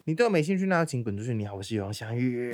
你对我没兴趣，那请滚出去。你好，我是游泳相遇。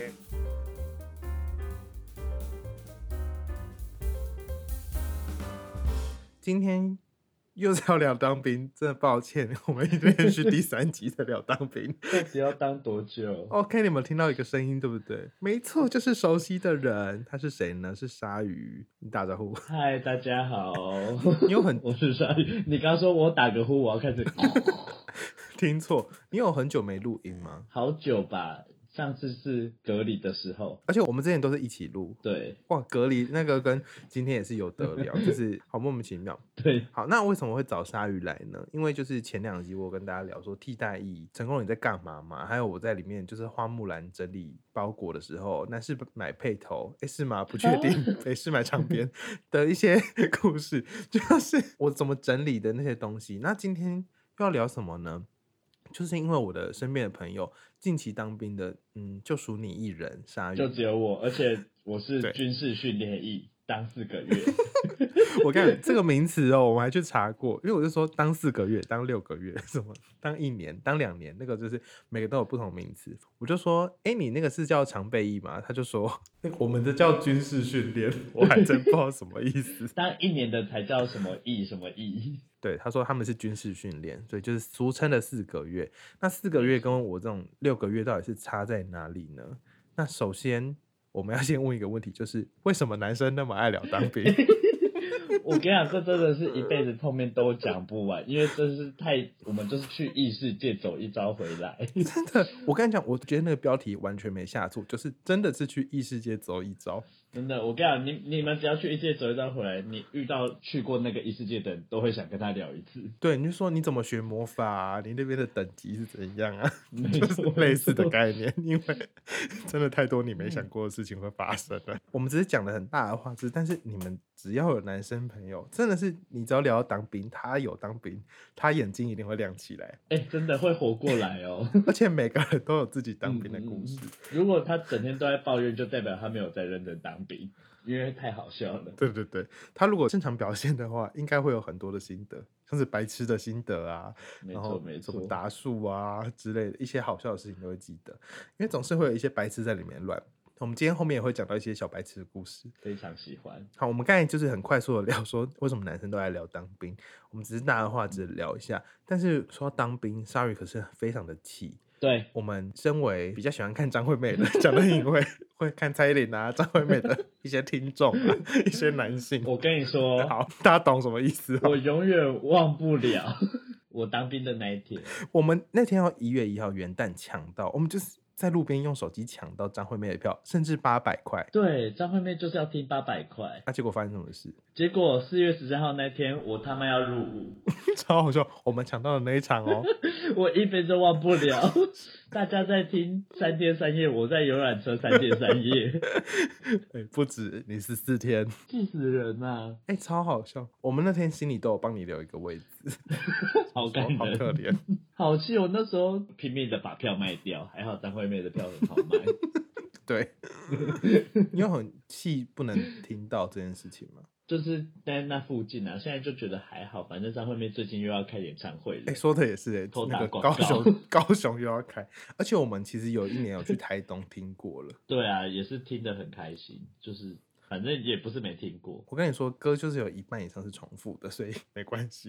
今天又是要聊当兵，真的抱歉，我们连续第3集在聊当兵。 到底要当多久 ？OK， 你们听到一个声音，对不对？没错，就是熟悉的人。他是谁呢？是鲨鱼。你打招呼。 嗨，大家好。 你有很我是鲨鱼。你刚说我打个呼，我要开始。 听错。你有很久没录音吗？ 好久吧。上次是隔离的时候， 而且我们之前都是一起录。 对， 哇，隔离那个跟今天也是有得聊，就是好莫名其妙。 对， 好，那为什么会找鲨鱼来呢？因为就是前2集我跟大家聊说替代役，成功你在干嘛嘛？还有我在里面就是花木兰整理包裹的时候，那是买配头，是吗？不确定，是买唱片的一些故事，就是我怎么整理的那些东西。那今天又要聊什么呢？就是因为我的身边的朋友近期当兵的，就属你一人，鲨鱼。 就只有我，而且我是军事训练役，当4个月。 我看这个名词哦，我们还去查过，因为我就说当4个月、当6个月，什么当1年、当2年，那个就是每个都有不同名词。我就说，你那个是叫常备役吗？他就说，我们的叫军事训练，我还真不知道什么意思。 当1年的才叫什么役什么役。 对，他说他们是军事训练，所以就是俗称的4个月。那4个月跟我这种6个月到底是差在哪里呢？那首先我们要先问一个问题，就是为什么男生那么爱聊当兵？ 我跟你讲，这真的是一辈子碰面都讲不完，因为真是我们就是去异世界走一遭回来。 真的，我跟你讲，我觉得那个标题完全没下错，就是真的是去异世界走一遭。 真的，我跟你讲，你们只要去异世界走一遭回来，你遇到去过那个异世界的人，都会想跟他聊一次。 对，你就说你怎么学魔法啊？你那边的等级是怎样啊？ 没就是错类似的概念，因为真的太多你没想过的事情会发生了。我们只是讲的很大的话，但是你们只要有男生朋友，真的是你只要聊到当兵，他有当兵，他眼睛一定会亮起来。 真的会活过来哦。 而且每个人都有自己当兵的故事。 如果他整天都在抱怨，就代表他没有在认真当兵，因为太好笑了。 对对对，他如果正常表现的话，应该会有很多的心得，像是白痴的心得啊，然后什么打树啊之类的一些好笑的事情都会记得，因为总是会有一些白痴在里面乱。我们今天后面也会讲到一些小白痴的故事， 非常喜欢。 好，我们刚才就是很快速的聊说为什么男生都爱聊当兵，我们只是大的话只聊一下，但是说到当兵 ，Sorry 可是非常的气。 对， 我们身为比较喜欢看张惠妹的，讲的因为会看蔡依林啊、张惠妹的一些听众啊，一些男性， 我跟你说， 好，大家懂什么意思？ 我永远忘不了我当兵的那一天。 我们那天要1月1号元旦抢到，我们就是在路边用手机抢到张惠妹的票，甚至800块。 对，张惠妹就是要听800块。 那结果发生什么事？ 结果4月13号那天，我他妈要入伍， 超好笑！我们抢到的那一场哦， 我一辈子都忘不了。大家在听3天3夜，我在游览车3天3夜。 不止，你是4天， 气死人啊！ 超好笑。我们那天心里都有帮你留一个位置， 好感人， 好可怜， 好气！我那时候拼命的把票卖掉，还好张惠妹的票很好卖。 对，你有很气不能听到这件事情吗？ 就是在那附近啊，现在就觉得还好，反正张惠妹最近又要开演唱会了。 说的也是那个高雄又要开，而且我们其实有1年有去台东听过了。 对啊，也是听得很开心，就是反正也不是没听过。 我跟你说，歌就是有1半以上是重复的，所以没关系。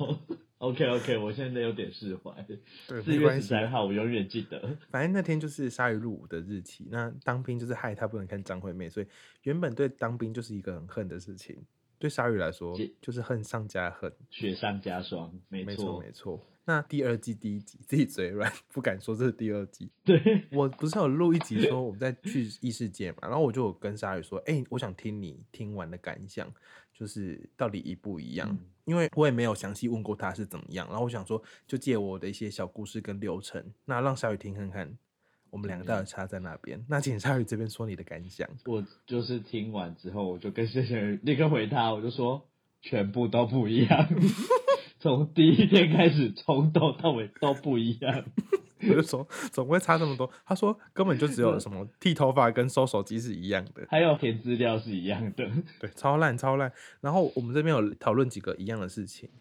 OK， 我现在有点释怀。 对 ，4月13号我永远记得。 反正那天就是鲨鱼入伍的日期，那当兵就是害他不能看张惠妹，所以原本对当兵就是一个很恨的事情，对鲨鱼来说就是恨上加恨， 雪上加霜。没错没错。那第2季第1集自己嘴软，不敢说这是第2季。 对， 我不是有录一集说我们在去异世界嘛，然后我就有跟鲨鱼说，我想听你听完的感想，就是到底一不一样。因为我也没有详细问过他是怎么样，然后我想说就借我的一些小故事跟流程，那让鲨鱼听看看我们2个到底差在哪边。那请鲨鱼这边说你的感想。 我就是听完之后，我就跟谢谢立刻回他，我就说全部都不一样。从第1天开始，从头到尾都不一样。 我就说怎么会差这么多？他说根本就只有什么剃头发跟收手机是一样的， 还有填资料是一样的。 对，超烂超烂。然后我们这边有讨论几个一样的事情，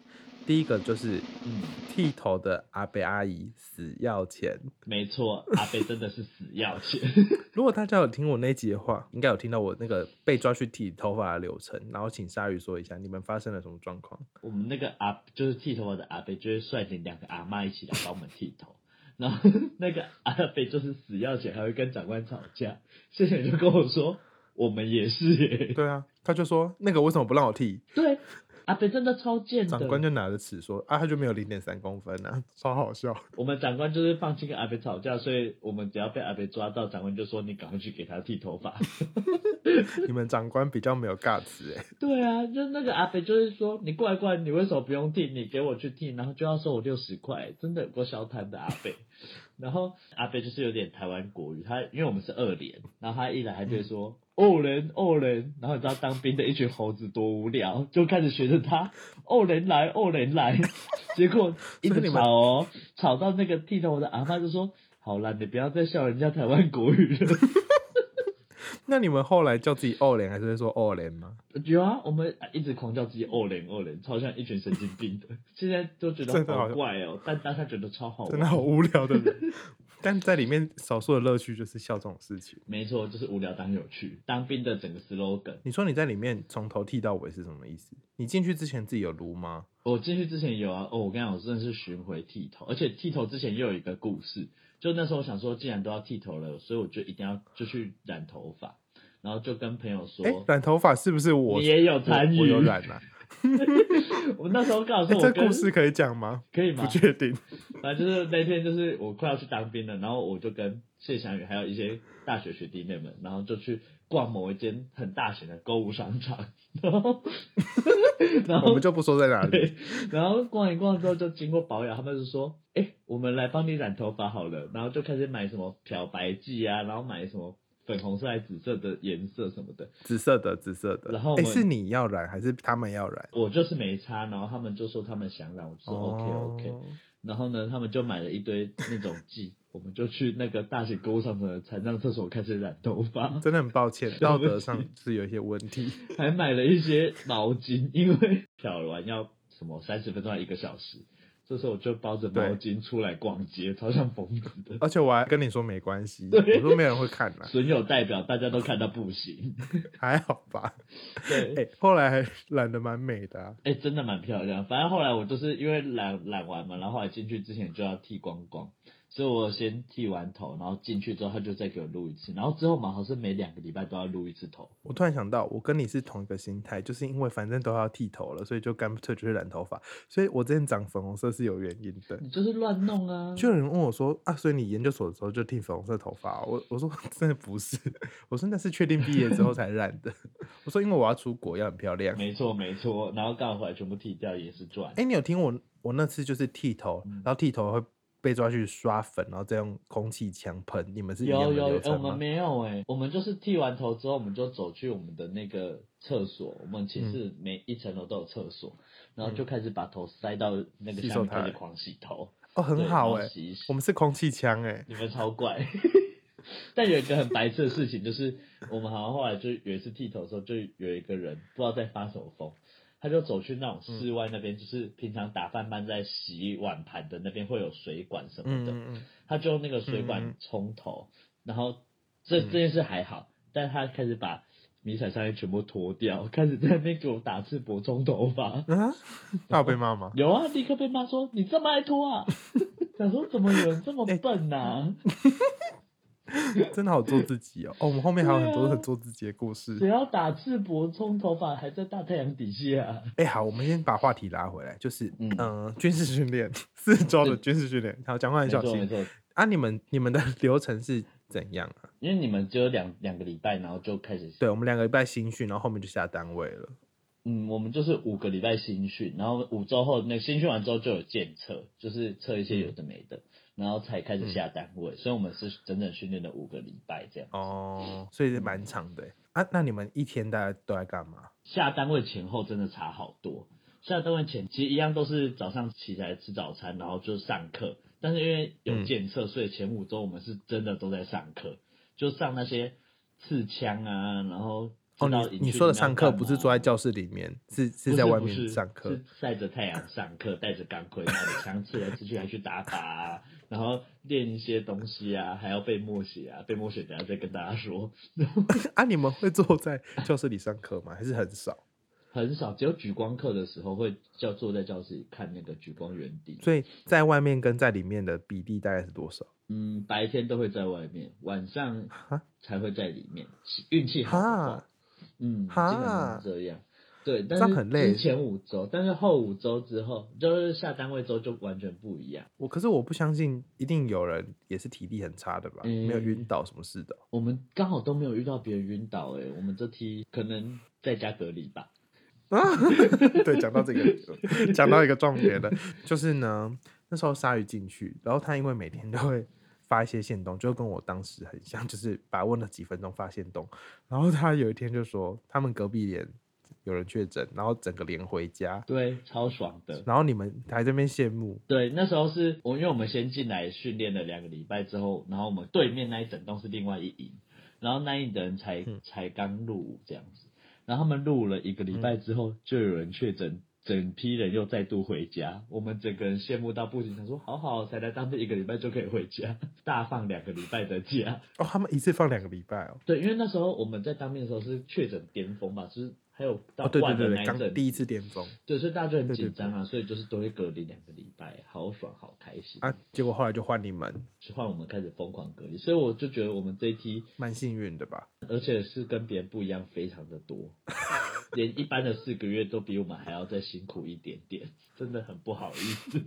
第一个就是嗯， 剃头的阿伯阿姨死要钱。 没错，阿贝真的是死要钱。 如果大家有听我那一集的话，应该有听到我那个被抓去剃头发的流程，然后请鲨鱼说一下你们发生了什么状况。 我们那个就是剃头发的阿贝就会率领2个阿嬷一起来帮我们剃头，然后那个阿贝就是死要钱，还会跟长官吵架。谢谢就跟我说，我们也是耶。 对啊，他就说那个为什么不让我剃？ 对，阿贝真的超贱的。 长官就拿着尺说啊，他就没有0.3公分啊，超好笑。 我们长官就是放弃跟阿贝吵架，所以我们只要被阿贝抓到，长官就说你赶快去给他剃头发。 你们长官比较没有尬词哎。 对啊，就那个阿北就是说，你过来，你为什么不用剃？你给我去剃，然后就要收我60块，真的有够小摊的阿北。然后阿北就是有点台湾国语，他因为我们是2连，然后他一来他就会说哦人，然后你知道当兵的一群猴子多无聊，就开始学着他哦人来，结果一直吵哦，吵到那个剃头的阿嬷就说，好啦，你不要再笑人家台湾国语了。 那你们后来叫自己欧莲还是会说欧莲吗？ 有啊，我们一直狂叫自己欧人，超像一群神经病的。现在都觉得好怪哦，但当下觉得超好玩， 真的好无聊的人。但在里面少数的乐趣就是笑这种事情。 没错，就是无聊当有趣。当兵的整个 slogan。 你说你在里面从头剃到尾是什么意思？你进去之前自己有撸吗？ 我进去之前有啊，我跟你讲，我真的是巡回剃头，而且剃头之前又有一个故事。就那时候我想说，既然都要剃头了，所以我就一定要就去染头发，然后就跟朋友说， 染头发是不是我？ 你也有参与？ 我有染啊。 我那时候告诉我， 这故事可以讲吗？ 可以吗？ 不确定。 反正就是那天，就是我快要去当兵了，然后我就跟谢翔宇还有一些大学学弟妹们，然后就去逛某一间很大型的购物商场，然后我们就不说在哪里。 然后逛一逛之后，就经过保养，他们就说：“我们来帮你染头发好了。”然后就开始买什么漂白剂啊，然后买什么粉红色还紫色的颜色什么的， 紫色的。然后是你要染还是他们要染？ 我就是没擦，然后他们就说他们想染，我就说 OK。然后呢，他们就买了一堆那种剂，我们就去那个大型购物商场的残障厕所开始染头发。 真的很抱歉，道德上是有一些问题。 还买了一些毛巾，因为漂完要什么30分钟还1个小时。这时候我就包着毛巾出来逛街，超像疯子的。 而且我还跟你说没关系，我说没人会看啦。 损友代表，大家都看到不行。 还好吧？ 对， 后来还染得蛮美的啊。 真的蛮漂亮。反正后来我就是因为染完嘛，然后后来进去之前就要剃光光。所以我先剃完头，然后进去之后他就再给我录一次，然后之后嘛好像是每2个礼拜都要录一次头。 我突然想到，我跟你是同一个心态，就是因为反正都要剃头了，所以就干脆就是染头发。所以我之前长粉红色是有原因的。 你就是乱弄啊！ 就有人问我说啊，所以你研究所的时候就剃粉红色头发？我说真的不是，我说那是确定毕业之后才染的。我说因为我要出国，要很漂亮。 没错，然后刚好回来全部剃掉也是赚。 你有听我那次就是剃头，然后剃头会被抓去刷粉，然后再用空气枪喷。你们是一样的流程吗？ 我们没有我们就是剃完头之后，我们就走去我们的那个厕所，我们寝室每一层楼都有厕所，然后就开始把头塞到那个下面开始狂洗头。 很好我们是空气枪你们超怪。但有一个很白痴的事情，就是我们好像后来就有一次剃头的时候，就有一个人不知道在发什么疯。他就走去那种室外那边，就是平常打饭班在洗碗盘的那边会有水管什么的，他就用那个水管冲头，然后这件事还好，但他开始把迷彩上衣全部脱掉，开始在那边给我打赤膊冲头发。 他有被骂吗？ 有啊，立刻被骂说你这么爱脱啊！想说怎么有人这么笨啊？ 真的好做自己哦！我们后面还有很多很做自己的故事。 谁要打赤膊冲头发，还在大太阳底下？ 好，我们先把话题拉回来，就是军事训练4周的军事训练。好，讲话很小心。 没错啊，你们的流程是怎样啊？ 因为你们只有两个礼拜，然后就开始。 对，我们2个礼拜新训，然后后面就下单位了。 我们就是5个礼拜新训，然后5周后那新训完之后就有检测，就是测一些有的没的，然后才开始下单位，所以我们是整整训练了5个礼拜这样。 所以是蛮长的啊。那你们一天大家都在干嘛？ 下单位前后真的差好多。下单位前其实一样都是早上起来吃早餐，然后就上课，但是因为有检测，所以前5周我们是真的都在上课，就上那些刺枪啊，然后哦，你说的上课不是坐在教室里面，是在外面上课， 是晒着太阳上课，带着钢盔，拿着枪刺来刺去，还去打靶啊，然后练一些东西啊，还要背默写啊，背默写等一下再跟大家说。 啊，你们会坐在教室里上课吗？还是很少？ 很少，只有举光课的时候会坐在教室里看那个举光原地。 所以在外面跟在里面的比例大概是多少？ 白天都会在外面，晚上才会在里面。运气好的话，基本上是这样。对，但是之前5周，但是后5周之后，就是下单位周就完全不一样。 可是我不相信一定有人也是体力很差的吧？没有晕倒什么事的。 我们刚好都没有遇到别人晕倒，我们这梯可能在家隔离吧。 对，讲到这个，讲到一个重点的，就是呢，那时候鲨鱼进去，然后他因为每天都会发一些限动，就跟我当时很像，就是把问了几分钟发限动，然后他有一天就说他们隔壁连有人确诊，然后整个连回家， 对，超爽的。 然后你们还在那边羡慕。 对，那时候是因为我们先进来训练了2个礼拜之后，然后我们对面那一整栋是另外一营，然后那一的人才刚入伍这样子。然后他们录了1个礼拜之后，就有人确诊，整批人又再度回家。我们整个人羡慕到不行，想说好才来当兵1个礼拜就可以回家，大放2个礼拜的假。 他们一次放2个礼拜哦。 对，因为那时候我们在当兵的时候是确诊巅峰嘛，就是还有到对， 刚第一次巅峰。 对，所以大家就很紧张啊，所以就是都会隔离2个礼拜，好爽，好开心啊！结果后来就换你们， 就换我们开始疯狂隔离，所以我就觉得我们这一批蛮幸运的吧， 而且是跟别人不一样，非常的多，连一般的4个月都比我们还要再辛苦一点点，真的很不好意思。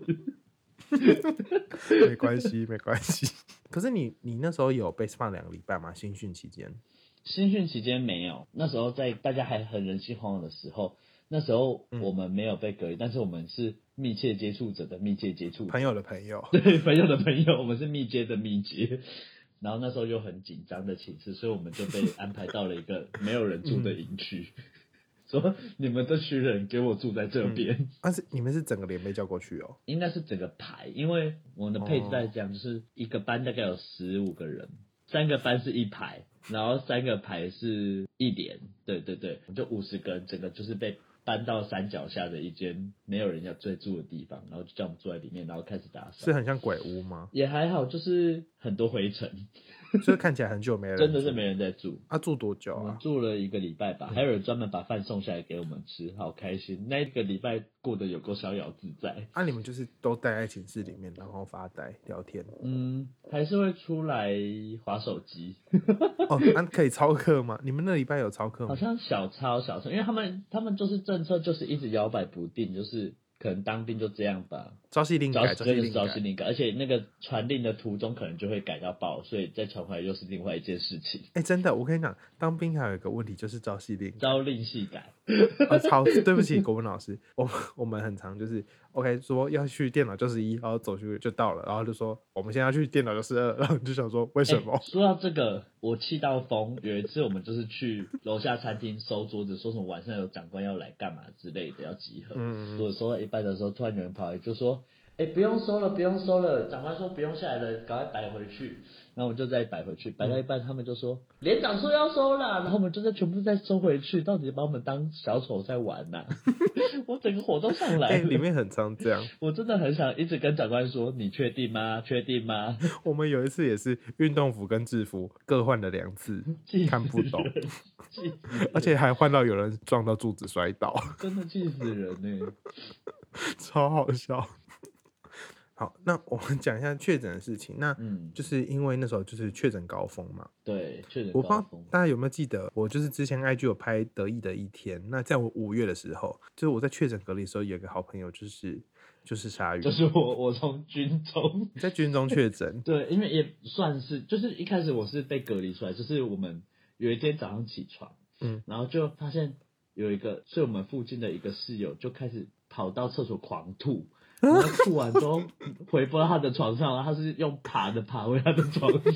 没关系，没关系。可是你那时候有被放2个礼拜吗？新训期间？ 新训期间没有，那时候在大家还很人心惶惶的时候，那时候我们没有被隔离，但是我们是密切接触者的密切接触者， 朋友的朋友， 对，朋友的朋友，我们是密接的密接。然后那时候又很紧张的寝室，所以我们就被安排到了一个没有人住的营区，说你们这群人给我住在这边。 是你们是整个连被叫过去哦？ 应该是整个排，因为我们的配置在讲，就是一个班大概有15个人，3个班是1排，然后3个排是1连，对，就50个人，整个就是被搬到山脚下的一间没有人要追住的地方，然后就叫我们坐在里面，然后开始打扫。 是很像鬼屋吗？ 也还好，就是很多灰尘。 所以看起来很久没人住， 真的是没人在住。 住多久啊？ 我们住了1个礼拜吧，还有人专门把饭送下来给我们吃，好开心。那1个礼拜过得有够逍遥自在。 你们就是都待在寝室里面，然后发呆聊天？ 还是会出来滑手机。 可以操课吗？你们那礼拜有操课吗？ 好像小操，因为他们就是政策就是一直摇摆不定，就是可能当兵就这样吧。 朝夕令改， 朝夕令改，而且那个传令的途中可能就会改到爆，所以再传回来又是另外一件事情。 真的，我跟你讲，当兵还有一个问题就是朝夕令改， 朝令夕改。 对不起，国文老师，我们很常就是 OK 说要去电脑就是1，然后走去就到了，然后就说我们现在要去电脑就是2，然后就想说为什么？ 说到这个，我气到疯。有一次我们就是去楼下餐厅收桌子，说什么晚上有长官要来干嘛之类的，要集合。我收到一半的时候，突然有人跑来就说：“不用收了，不用收了。”长官说不用下来了，赶快摆回去。然后我们就再摆回去，摆到一半，他们就说连长说要收了，然后我们就再全部再收回去，到底把我们当小丑在玩啊？我整个火都上来了。 里面很常这样。 我真的很想一直跟长官说：“你确定吗？确定吗？” 我们有一次也是运动服跟制服各换了2次，看不懂，而且还换到有人撞到柱子摔倒， 真的气死人呢， 超好笑。好，那我们讲一下确诊的事情。那就是因为那时候就是确诊高峰嘛。 对，确诊高峰。我不知道大家有没有记得，我就是之前 IG 有拍得意的一天。那在我5月的时候，就是我在确诊隔离的时候，有一个好朋友就是鲨鱼， 就是我从军中在军中确诊。 对，因为也算是，就是一开始我是被隔离出来，就是我们有一天早上起床，然后就发现有一个睡我们附近的一个室友就开始跑到厕所狂吐。然后吐完之后回不到他的床上，他是用爬的爬回他的床上，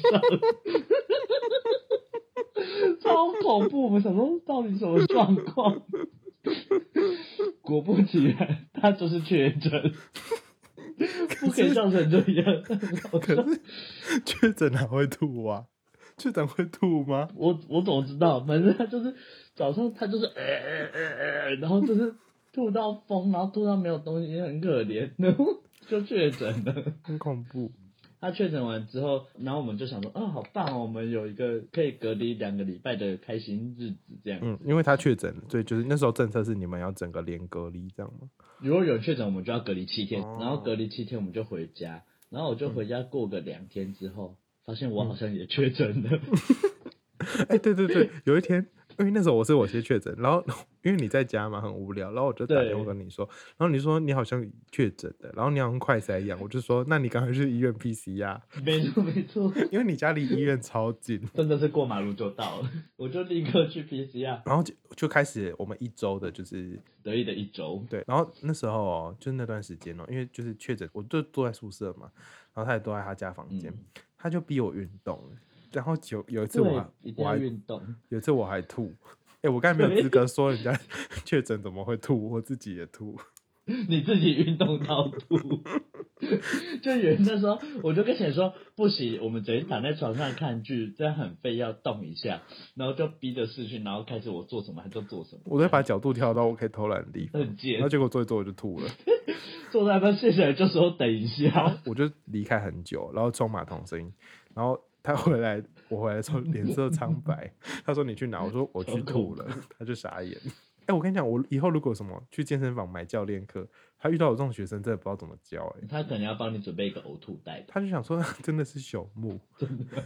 超恐怖。我们想说到底什么状况？果不其然，他就是确诊，不可以笑成这样。 可是确诊哪会吐啊？ 确诊会吐吗？ 我怎么知道？反正他就是早上他就是然后就是吐到疯，然后吐到没有东西，很可怜，然后就确诊了。 很恐怖。 他确诊完之后，然后我们就想说，好棒哦，我们有一个可以隔离2个礼拜的开心日子，这样。 因为他确诊了，所以就是那时候政策是你们要整个连隔离这样吗？ 如果有确诊，我们就要隔离7天， 哦然后隔离7天我们就回家，然后我就回家过个2天之后，发现我好像也确诊了。 对，有一天，因为那时候我先确诊，然后因为你在家嘛，很无聊，然后我就打电话跟你说，然后你说你好像确诊的，然后你好像快筛一样，我就说那你赶快去医院 PCR， 没错， 因为你家离医院超近， 真的是过马路就到了，我就立刻去 PCR， 然后就开始我们1周的就是得意的1周。 对，然后那时候就那段时间因为就是确诊，我就坐在宿舍嘛，然后他也坐在他家房间，他就逼我运动，然后有一次一定要运动， 有一次我还吐，我刚才没有资格说人家确诊怎么会吐，我自己也吐。 你自己运动到吐，就那时候我就跟姐说不行，我们整天躺在床上看剧，这样很废，要动一下，然后就逼着视讯，然后开始我做什么他就做什么， 我都会把角度调到我可以偷懒的地方， 很贱， 然后结果做一做我就吐了， 坐在那边卸下来就说等一下， 我就离开很久，然后冲马桶声音，然后我回来之后脸色苍白，他说你去哪？我说我去吐了，他就傻眼。我跟你讲，我以后如果什么去健身房买教练课，他遇到我这种学生，真的不知道怎么教。 他可能要帮你准备一个呕吐袋， 他就想说真的是朽木，真的。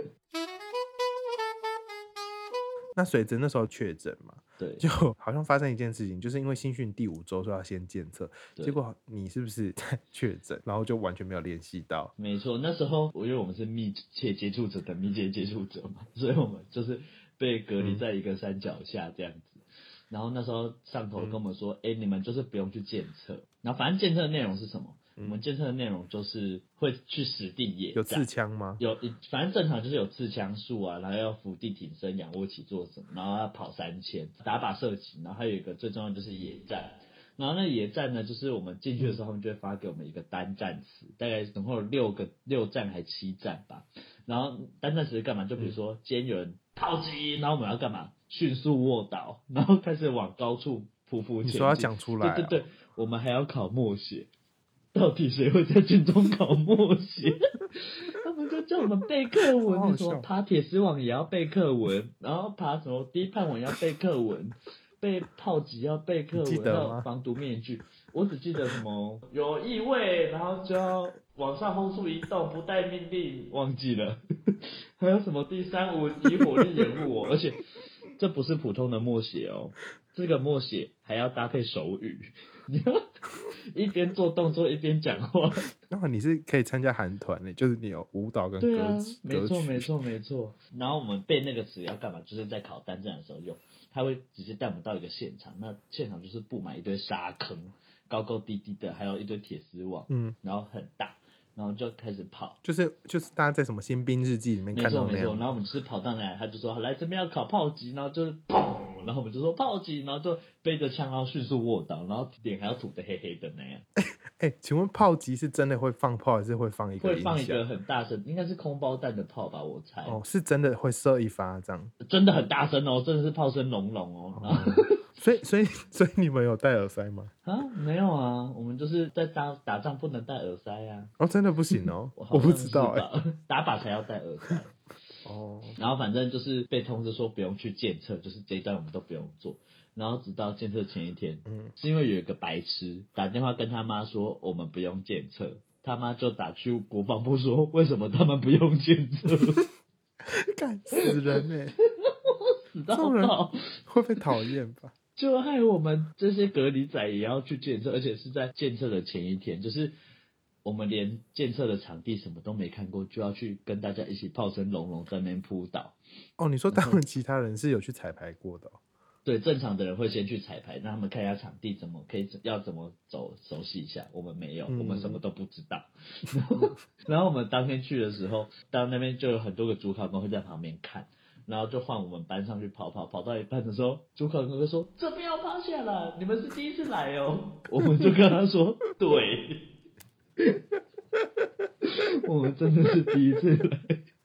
那随着那时候确诊嘛， 对， 就好像发生一件事情，就是因为新训第5周说要先检测，结果你是不是在确诊，然后就完全没有联系到？ 没错，那时候因为我们是密切接触者的密切接触者嘛，所以我们就是被隔离在一个山脚下这样子。然后那时候上头跟我们说，你们就是不用去检测。然后反正检测的内容是什么？我们检测的内容就是会去实地野战。 有刺枪吗？ 反正正常就是有刺枪术啊，然后要伏地挺身、仰卧起坐什么，然后要跑3000，打靶射击，然后还有一个最重要的就是野战。然后那野战呢，就是我们进去的时候，他们就会发给我们一个单战词，大概总共有6战还7战吧。然后单战词是干嘛？就比如说今天有人炮击，然后我们要干嘛？迅速卧倒，然后开始往高处匍匐前进。 你说要讲出来对，我们还要考默写。到底谁会在军中考默写？他们就叫我们背课文，什么爬铁丝网也要背课文，然后爬什么低判网要背课文，背炮击要背课文，要防毒面具。我只记得什么有异味，然后就要往上轰速移动，不带命令，忘记了。还有什么第3无以火力掩护我，而且这不是普通的默写哦，这个默写还要搭配手语。你要一边做动作一边讲话， 那你是可以参加韩团的，就是你有舞蹈跟歌曲。 对啊，没错。然后我们背那个词要干嘛？就是在考单战的时候用，他会直接带我们到一个现场，那现场就是布满一堆沙坑，高高低低的，还有一堆铁丝网，然后很大。然后就开始跑， 就是大家在什么新兵日记里面看到那样。 没错，然后我们就是跑到那里，他就说来这边要考炮击，然后就是砰，然后我们就说炮击，然后就背着枪，然后迅速卧倒，然后脸还要涂得黑黑的那样。 请问炮击是真的会放炮，还是会放一个音响？ 会放一个很大声，应该是空包弹的炮吧，我猜。 是真的会射一发这样？ 真的很大声哦，真的是炮声隆隆哦。 所以你们有戴耳塞吗？ 没有啊，我们就是在打仗不能戴耳塞啊。 真的不行哦，我不知道打靶才要戴耳塞。然后反正就是被通知说不用去检测，就是这一段我们都不用做。然后直到检测前一天，是因为有一个白痴打电话跟他妈说我们不用检测，他妈就打去国防部说为什么他们不用检测？ 干死人死到爆， 会被讨厌吧？ 就害我们这些隔离仔也要去检测，而且是在检测的前一天，就是我们连检测的场地什么都没看过，就要去跟大家一起炮声隆隆在那边扑倒。 你说他们其他人是有去彩排过的对，正常的人会先去彩排，让他们看一下场地要怎么走，熟悉一下。我们没有，我们什么都不知道。然后我们当天去的时候，到那边就有很多个主考官会在旁边看。然后就换我们班上去跑到一半的时候，主考官说这边要趴下了，你们是第一次来哦。我们就跟他说对，我们真的是第一次来。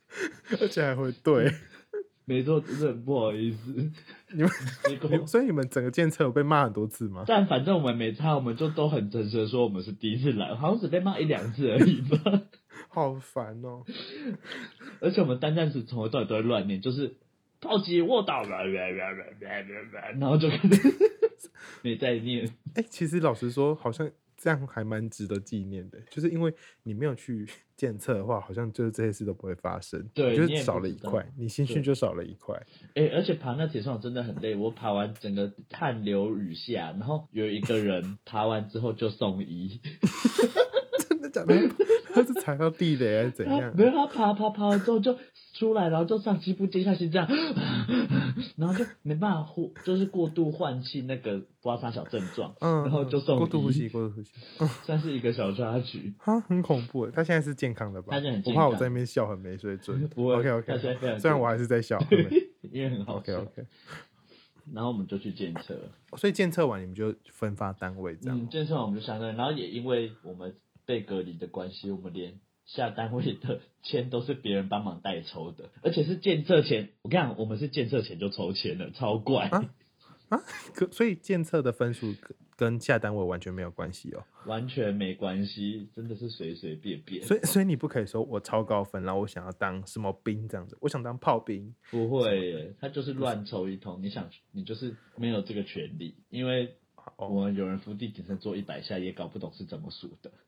而且还会对。 没错，真的很不好意思。 你们结果所以你们整个监测有被骂很多次吗？ 但反正我们没差，我们就都很诚实的说我们是第一次来，好像只被骂1-2次而已吧。 好烦哦。 而且我们单站时从头到尾都在乱念，就是炮击卧倒了，然后就没在念。 其实老实说，好像这样还蛮值得纪念的，就是因为你没有去检测的话，好像就是这些事都不会发生， 对， 就是你也不少了一知道块，你心绪就少了一块。 而且爬那铁丝网真的很累，我爬完整个汗流雨下，然后有一个人爬完之后就送医。 真的假的？他是踩到地雷还是怎样？ 没有，他爬完之后就出来，然后就上气不接下气这样，然后就没办法就是过度换气那个刮痧小症状，然后就送医。 过度呼吸， 算是一个小插曲。 哈，很恐怖耶。他现在是健康的吧？ 他现在很健我怕我康在那边笑很没水准。 不会 OK 他现在非常 OK，虽然我还是在笑。 因为很好笑。 OK， 然后我们就去检测， 所以检测完你们就分发单位这样。 检测完我们就相当，然后也因为我们被隔离的关系，我们连下单位的签都是别人帮忙代抽的，而且是检测前，我跟你讲，我们是检测前就抽签了，超怪。 所以检测的分数跟下单位完全没有关系哦。 完全没关系，真的是随随便便。 所以你不可以说我超高分，然后我想要当什么兵这样子，我想当炮兵。 不会耶，他就是乱抽一通，你就是没有这个权利，因为我们有人伏地挺身做100下，也搞不懂是怎么数的。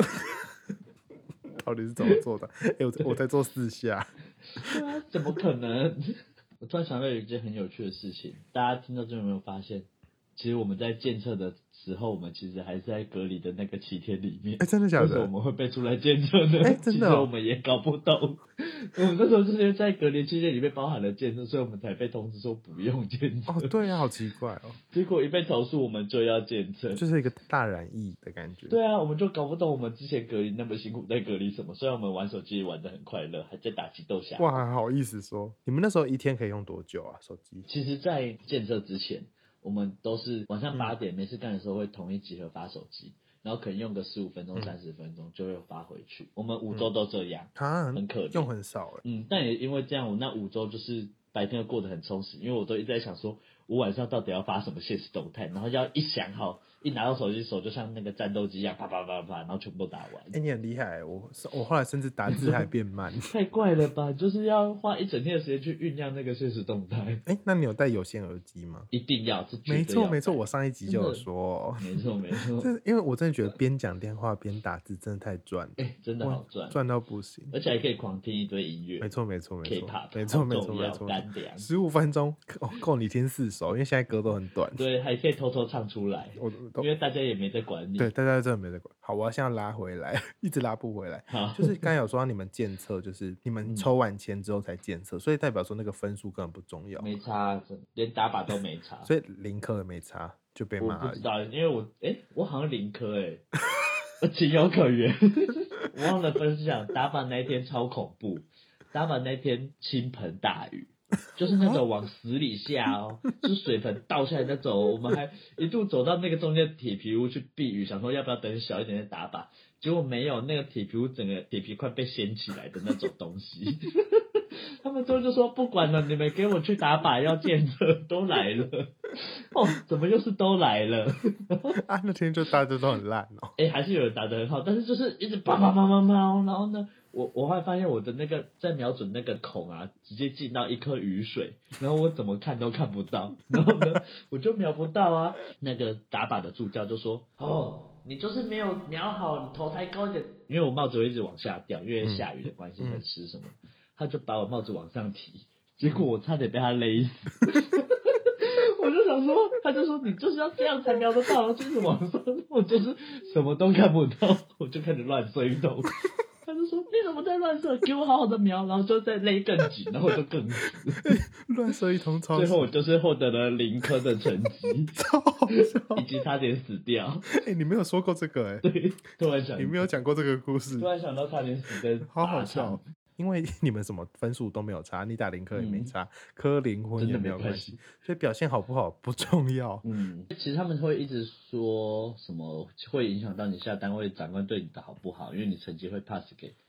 到底是怎么做的？我在做4下。 对啊，怎么可能？我突然想到有一件很有趣的事情，大家听到这有没有发现？其实我们在检测的时候，我们其实还是在隔离的那个7天里面。 真的假的？ 为什么我们会被出来检测呢？ 真的其实我们也搞不懂。我们那时候就是因为在隔离期间里面包含了检测，所以我们才被通知说不用检测。 对啊，好奇怪哦。 结果一被投诉，我们就要检测， 就是一个大染疫的感觉。 对啊，我们就搞不懂我们之前隔离那么辛苦，在隔离什么？虽然我们玩手机玩得很快乐，还在打激斗侠。 哇，还好意思说？你们那时候一天可以用多久啊？手机？ 其实，在检测之前，我们都是晚上8点没事干的时候会统一集合发手机，然后可能用个15分钟、30分钟就会发回去。我们5周都这样，很可怜， 用很少但也因为这样，我那5周就是白天过得很充实，因为我都一直在想说，我晚上到底要发什么现实动态，然后要一想好，一拿到手机手就像那个战斗机一样，啪啪啪啪，然后全部都打完。 你很厉害，我后来甚至打字还变慢。 太怪了吧？就是要花一整天的时间去酝酿那个现实动态。 那你有戴有线耳机吗？ 一定要， 没错，我上一集就有说。 没错。 因为我真的觉得边讲电话边打字真的太赚了。 真的好赚， 赚到不行， 而且还可以狂听一堆音乐。 没错 ，K-pop， 没错， 干粮 15分钟够你听4首，因为现在歌都很短。 对，还可以偷偷唱出来，因为大家也没在管你。 对，大家真的没在管。好，我要现在拉回来，一直拉不回来。就是刚才有说到你们检测，就是你们抽完签之后才检测，所以代表说那个分数根本不重要， 没差，连打靶都没差， 所以0颗也没差，就被骂。 我不知道，因为我好像0颗我情有可原。我忘了分享，打靶那一天超恐怖，打靶那天倾盆大雨。就是那种往死里下就是水盆倒下来那种，我们还一度走到那个中间铁皮屋去避雨，想说要不要等小一点再打靶，结果没有，那个铁皮屋整个铁皮快被掀起来的那种东西。他们之后就说不管了，你们给我去打靶，要检测，都来了。怎么又是都来了？ 那天就大家都很烂还是有人打得很好，但是就是一直啪啪啪啪啪，然后呢，我后来发现我的那个在瞄准那个孔啊，直接进到一颗雨水，然后我怎么看都看不到，然后呢，我就瞄不到啊。那个打靶的助教就说：“你就是没有瞄好，你头抬高一点，因为我帽子会一直往下掉，因为下雨的关系在吃什么，他就把我帽子往上提，结果我差点被他勒死。”我就想说，他就说你就是要这样才瞄得到，就是往上，我就是什么都看不到，我就开始乱射一通。他就说你怎么在乱射？给我好好的瞄，然后就再勒更紧，然后我就更死。 乱射一通超。 最后我就是获得了0颗的成绩， 超好笑， 以及差点死掉。 你没有说过这个对，突然想， 你没有讲过这个故事， 突然想到差点死在， 好好笑。因为你们什么分数都没有差，你打0颗也没差，科0分也没有关系，所以表现好不好不重要。 其实他们会一直说什么会影响到你下单位长官对你的好不好，因为你成绩会 pass 给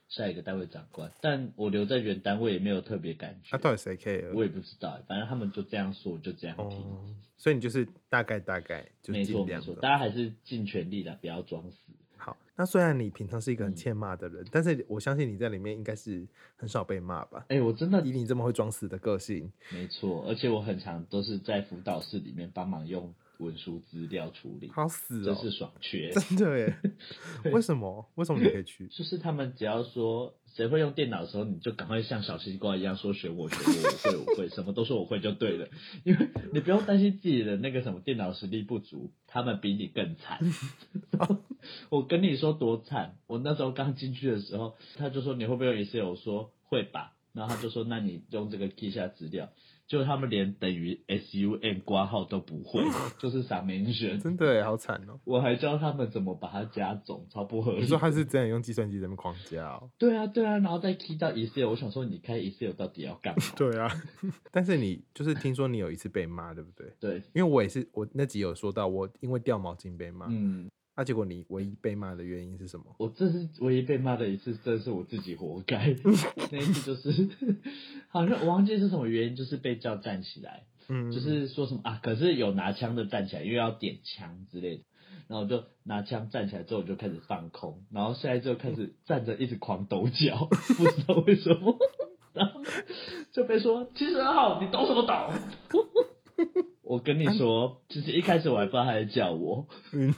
下一个单位长官，但我留在原单位也没有特别感觉。 到底谁 care？ 我也不知道，反正他们就这样说，我就这样听。 所以你就是大概就没错没错，大家还是尽全力的，不要装死。 好，那虽然你平常是一个很欠骂的人，但是我相信你在里面应该是很少被骂吧？ 我真的以你这么会装死的个性， 没错，而且我很常都是在辅导室里面帮忙用文书资料处理， 好死真是爽缺， 真的耶！为什么你可以去？ 就是他们只要说谁会用电脑的时候，你就赶快像小西瓜一样说选我，我会，什么都说我会就对了，因为你不用担心自己的那个什么电脑实力不足，他们比你更惨。我跟你说多惨，我那时候刚进去的时候，他就说你会不会用 Excel， 我说会吧，然后他就说那你用这个 key 下资料。就他们连等于 SUM 括号都不会，就是傻mention， 真的耶，好惨哦！ 我还教他们怎么把它加总，超不合理。 你说他是真的用计算机在那边狂加哦？ 对啊，然后再 key 到 Excel， 我想说你开 Excel 到底要干嘛？ 对啊，但是你就是听说你有一次被骂，对不对？ 对， 因为我也是，我那集有说到，我因为掉毛巾被骂。那结果你唯一被骂的原因是什么？ 我这是唯一被骂的一次，真是我自己活该。那一次就是好像我忘记是什么原因，就是被叫站起来，就是说什么啊，可是有拿枪的站起来，因为要点枪之类的。然后我就拿枪站起来之后，我就开始放空，然后下来之后开始站着一直狂抖脚，不知道为什么，然后就被说72号你抖什么抖？我跟你说，其实一开始我还不知道他在叫我。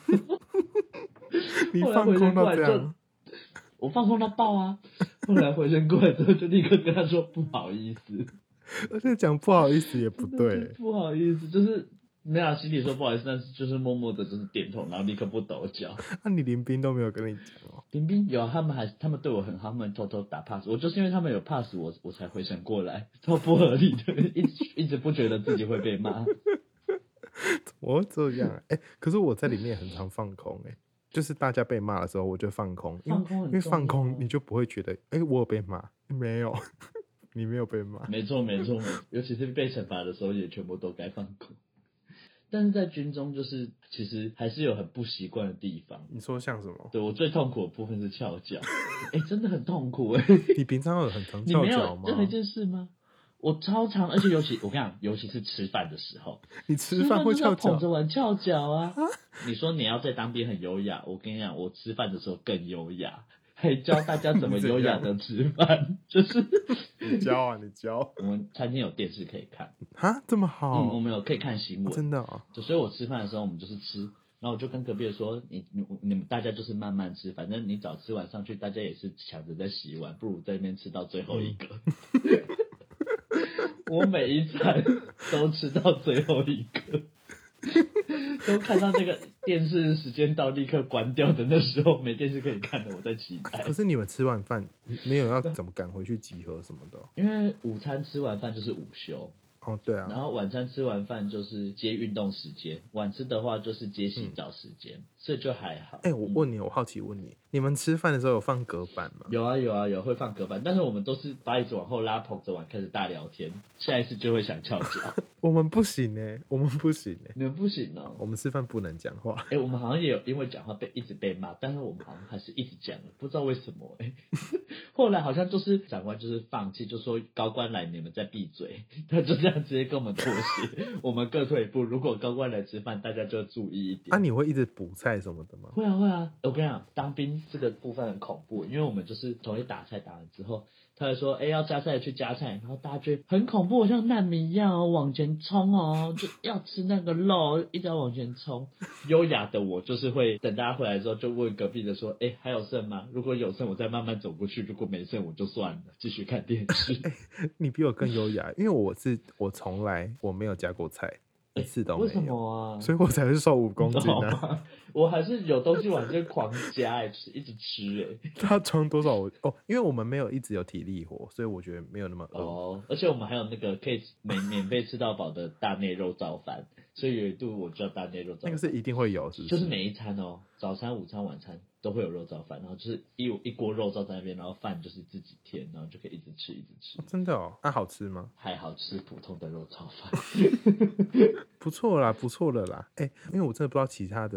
你放空到这样， 我放空到爆啊！后来回神过来之后，就立刻跟他说不好意思， 而且讲不好意思也不对， 不好意思，就是没有心里说不好意思，但是就是默默的就是点头，然后立刻不抖脚。 那你林斌都没有跟你讲哦？ 林斌有，他们对我很好，他们偷偷打 pass， 我就是因为他们有 pass 我才回神过来，超不合理的，一直不觉得自己会被骂。 我这样可是我在里面很常放空就是大家被骂的时候我就放空，因为放空你就不会觉得我有被骂，没有，你没有被骂， 没错，尤其是被惩罚的时候也全部都该放空。但是在军中就是其实还是有很不习惯的地方。 你说像什么？ 对，我最痛苦的部分是翘脚，真的很痛苦你平常有很常翘脚吗？ 你没有任何一件事吗？我超常，而且我跟你讲，尤其是吃饭的时候， 你吃饭会翘脚， 捧着碗翘脚啊！你说你要在当兵很优雅，我跟你讲，我吃饭的时候更优雅，还教大家怎么优雅的吃饭，就是你教。 我们餐厅有电视可以看啊，这么好？ 我们有可以看新闻， 真的哦。 所以我吃饭的时候，我们就是吃。然后我就跟隔壁的说，你们大家就是慢慢吃，反正你早吃晚上去，大家也是抢着在洗碗，不如在那边吃到最后一个。我每一餐都吃到最后一个，都看到那个电视时间到立刻关掉的那时候，没电视可以看的，我在期待。 可是你们吃完饭没有要怎么赶回去集合什么的？ 因为午餐吃完饭就是午休。 哦，对啊。 然后晚餐吃完饭就是接运动时间，晚吃的话就是接洗澡时间，所以就还好。 我问你，我好奇问你，你们吃饭的时候有放隔板吗？ 有啊会放隔板，但是我们都是把椅子往后拉，捧着碗开始大聊天，下一次就会想翘脚。 我们不行我们不行你们不行哦。 我们吃饭不能讲话。 我们好像也有因为讲话一直被骂，但是我们好像还是一直讲了，不知道为什么后来好像就是长官就是放弃，就说高官来你们再闭嘴，他就这样直接跟我们妥协，我们各退一步。如果高官来吃饭，大家就要注意一点。 你会一直补菜什么的吗？ 会啊，我跟你讲，当兵这个部分很恐怖，因为我们就是统一打菜，打完之后他会说要加菜去加菜，然后大家就很恐怖，像难民一样往前冲就要吃那个肉，一直要往前冲。优雅的我就是会等大家回来之后就问隔壁的说还有剩吗？如果有剩我再慢慢走过去，如果没剩我就算了，继续看电视。 你比我更优雅，因为我从来没有加过菜，一次都没有。 为什么啊？ 所以我才是瘦5公斤啊！ 我还是有东西往这狂加就是一直吃他装多少因为我们没有一直有体力活，所以我觉得没有那么饿而且我们还有那个可以免费吃到饱的大内肉燥饭，所以有一度我叫大内肉燥饭， 那个是一定会有，是不是？ 就是每一餐早餐、午餐、晚餐都会有肉燥饭，然后就是一锅肉燥在那边，然后饭就是自己添，然后就可以一直吃一直吃。 真的好吃吗？ 还好吃，普通的肉燥饭。 不错了啦因为我真的不知道其他的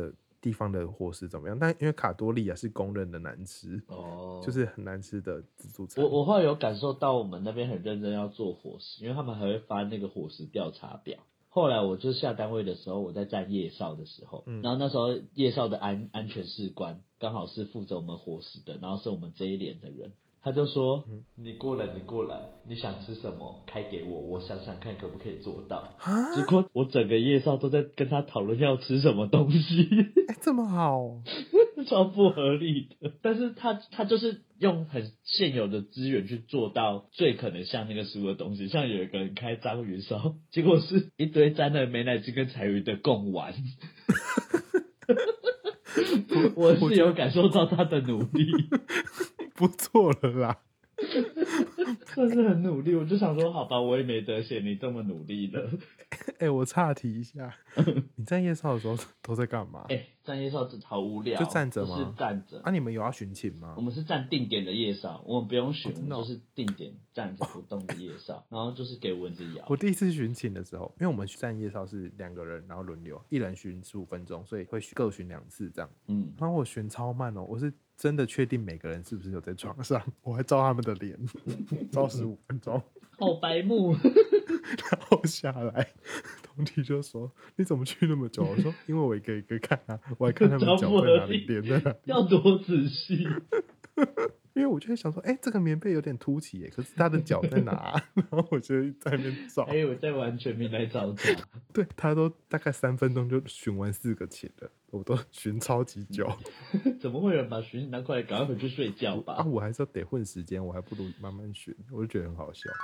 地方的伙食怎么样，但因为卡多利亚是公认的难吃，就是很难吃的自助餐。 我后来有感受到我们那边很认真要做伙食，因为他们还会发那个伙食调查表。后来我就下单位的时候，我在站夜哨的时候，然后那时候夜哨的安全士官刚好是负责我们伙食的，然后是我们这一连的人。他就说：“你过来，你想吃什么开给我，我想想看可不可以做到。”结果我整个夜哨都在跟他讨论要吃什么东西， 这么好， 超不合理的。但是他就是用很现有的资源去做到最可能像那个食物的东西，像有一个人开章鱼烧，结果是一堆沾了美乃滋跟柴鱼的贡丸。我是有感受到他的努力。 不错了啦， 算是很努力。我就想说，好吧，我也没得选，你这么努力了。 我岔题一下，你站夜哨的时候都在干嘛？ 站夜哨好无聊， 就站着吗？ 就是站着。 你们有要巡寝吗？ 我们是站定点的夜哨，我们不用巡，就是定点站着不动的夜哨，然后就是给蚊子咬。 我第一次巡寝的时候，因为我们站夜哨是2个人，然后轮流，一人巡15分钟，所以会各巡2次这样。然后我巡超慢哦，我是真的确定每个人是不是有在床上，我还照他们的脸，照15分钟。 好白目。 然后下来，同体就说：“你怎么去那么久？”我说：“因为我一个一个看啊，我还看他们脚在哪里，脸在哪里， 要多仔细。” 因为我就会想说，这个棉被有点凸起耶，可是他的脚在哪？然后我就在那边找， 还有在玩全民来找他。 对，他都大概3分钟就巡完4个寝了，我都巡超级久。 怎么会有人把巡拿过来，赶快回去睡觉吧？ 我还是要得混时间，我还不如慢慢巡，我就觉得很好笑。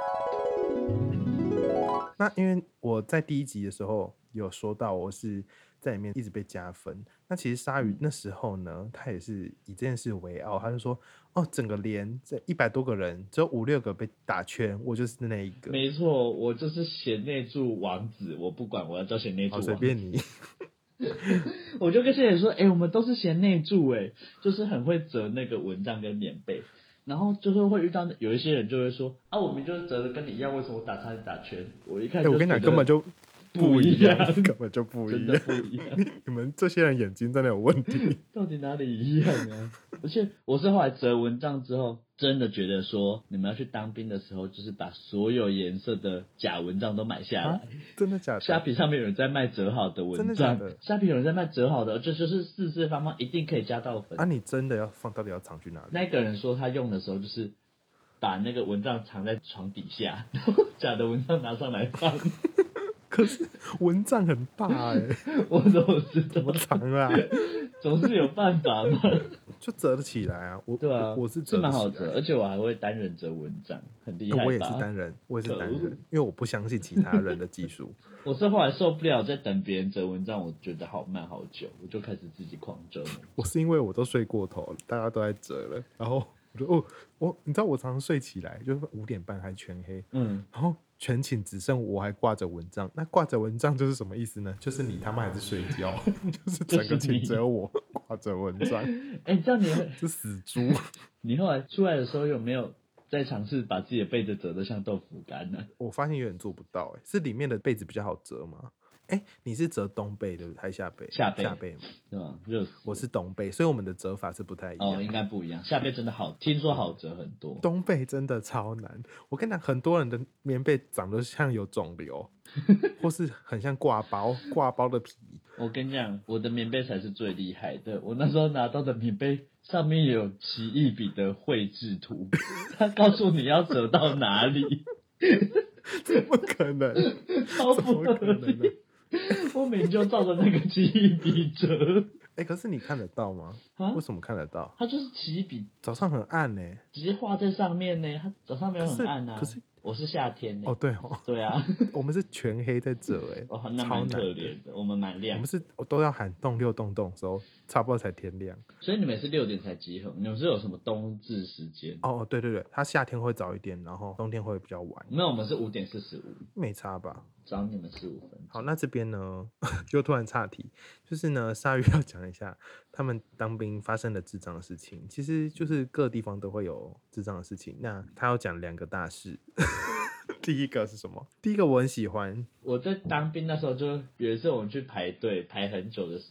那因为我在第1集的时候有说到，我是在里面一直被加分。那其实鲨鱼那时候呢，他也是以这件事为傲，他就说：“整个连这100多个人，只有5、6个被打圈，我就是那一个。” 没错，我就是贤内助王子，我不管，我要叫贤内助王子。 随便你。 我就跟谢姐说：“我们都是贤内助，就是很会折那个蚊帐跟棉被。”然后就是会遇到有一些人就会说：“我们就是折的跟你一样，为什么我打叉你打圈？”我一看， 我跟你讲，根本就不一样，根本就不一样， 真的不一样。 你们这些人眼睛真的有问题。 到底哪里一样啊？而且我是后来折蚊帐之后，真的觉得说，你们要去当兵的时候，就是把所有颜色的假蚊帐都买下来。 真的假的？ 虾皮上面有人在卖折好的蚊帐，真的假的？虾皮有人在卖折好的，就是四四方方，一定可以加到粉。 你真的要放，到底要藏去哪里？ 那个人说他用的时候就是把那个蚊帐藏在床底下，然后假的蚊帐拿上来放。 可是蚊帐很大我怎么知道？ 怎么藏啊？ 总是有办法嘛。 就折得起来啊！ 对啊， 我是蛮好折，而且我还会单人折蚊帐，很厉害吧？ 我也是单人，因为我不相信其他人的技术。 我是后来受不了，在等别人折蚊帐，我觉得好慢好久，我就开始自己狂折。 我是因为我都睡过头了，大家都在折了，然后我就你知道我常常睡起来就是5点半还全黑，然后全寝只剩我还挂着蚊帐。那挂着蚊帐就是什么意思呢？就是你他妈还是睡觉，就是整个寝只有我挂着蚊帐。 这样你是死猪。 你后来出来的时候有没有在尝试把自己的被子折得像豆腐干呢？ 我发现有点做不到，是里面的被子比较好折吗？你是折东被对不对？还是下被？下被嘛， 对吧？热死！ 我是东被，所以我们的折法是不太一样。 应该不一样。下被真的好，听说好折很多。 东被真的超难。我跟你讲，很多人的棉被长得像有肿瘤，或是很像挂包的皮。 我跟你讲，我的棉被才是最厉害的。我那时候拿到的棉被上面有奇异笔的绘制图，他告诉你要折到哪里。 怎么可能？ 超不合理。我明明就照着那个奇异笔折。 可是你看得到吗？为什么看得到？ 它就是奇异笔， 早上很暗呢， 直接画在上面呢。它早上没有很暗啊。可是我是夏天呢。对啊。 我们是全黑在折那蛮可怜的。我们蛮亮。 我们是都要喊动6动的时候，差不多才天亮。 所以你们是6点才集合？你们是有什么冬至时间？ 对，它夏天会早一点，然后冬天会比较晚。 没有，我们是5点45， 没差吧？ 早你们15分。 好，那这边呢，就突然岔题，就是呢，鲨鱼要讲一下他们当兵发生的智障的事情。其实就是各地方都会有智障的事情。那他要讲2个大事。第一个是什么？第一个我很喜欢。 我在当兵那时候，就有一次我们去排队排很久的时候，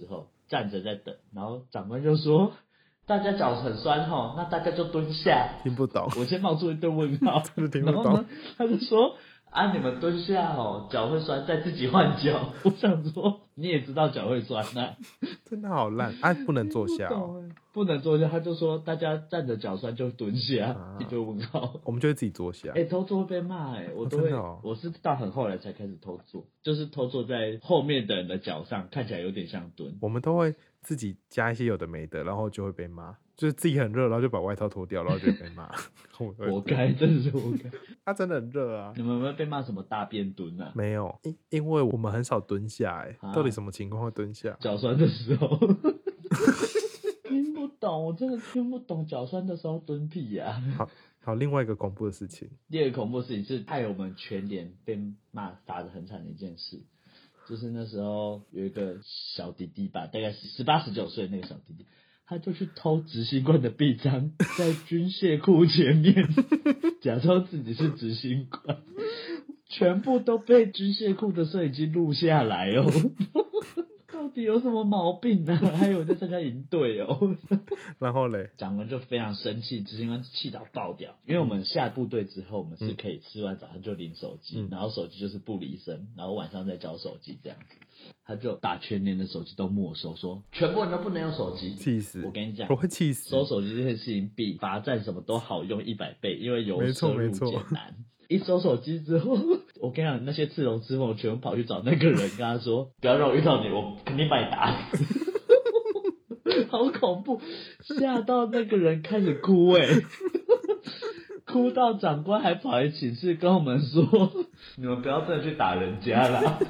站着在等，然后长官就说大家脚很酸齁，那大家就蹲下。 听不懂， 我先冒出一对问号， 真的听不懂然后呢，他就说啊，你们蹲下哦，脚会酸，再自己换脚。我想说，你也知道脚会酸呐、 真的好烂啊！不能坐下、哦， 不懂欸不能坐下。他就说大家站着脚酸就蹲下， 啊一堆问号。 我们就会自己坐下。 偷坐会被骂我都会， 真的哦我是到很后来才开始偷坐，就是偷坐在后面的人的脚上，看起来有点像蹲。 我们都会自己加一些有的没的，然后就会被骂，就是自己很热，然后就把外套脱掉，然后就会被骂。 活该，真的是活该。 他真的很热啊。 你们有没有被骂什么大便蹲啊？ 没有，因为我们很少蹲下， 啊到底什么情况会蹲下？ 脚酸的时候。听不懂，我真的听不懂脚酸的时候蹲屁呀、 好，另外一个恐怖的事情， 第二个恐怖的事情是害我们全连被骂打得很惨的一件事，就是那时候有一个小弟弟吧，大概18、19岁那个小弟弟，他就去偷执行官的臂章，在军械库前面假装自己是执行官，全部都被军械库的摄影机录下来哦。到底有什么毛病啊？还有在参加营队哦。 然后嘞， 长官就非常生气，执行官气到爆掉。因为我们下部队之后，我们是可以吃完早餐就领手机，然后手机就是不离身，然后晚上再交手机这样子。他就把全连的手机都没收，说全部人都不能用手机。 气死！ 我跟你讲， 我会气死。 收手机这件事情比罚站什么都好用100倍，因为由奢入俭难。一收手机之后，我跟你讲，那些刺龙之凤全部跑去找那个人，跟他说：“不要让我遇到你，我肯定把你打死。”好恐怖，吓到那个人开始哭哭到长官还跑来寝室跟我们说：“你们不要真的去打人家啦。”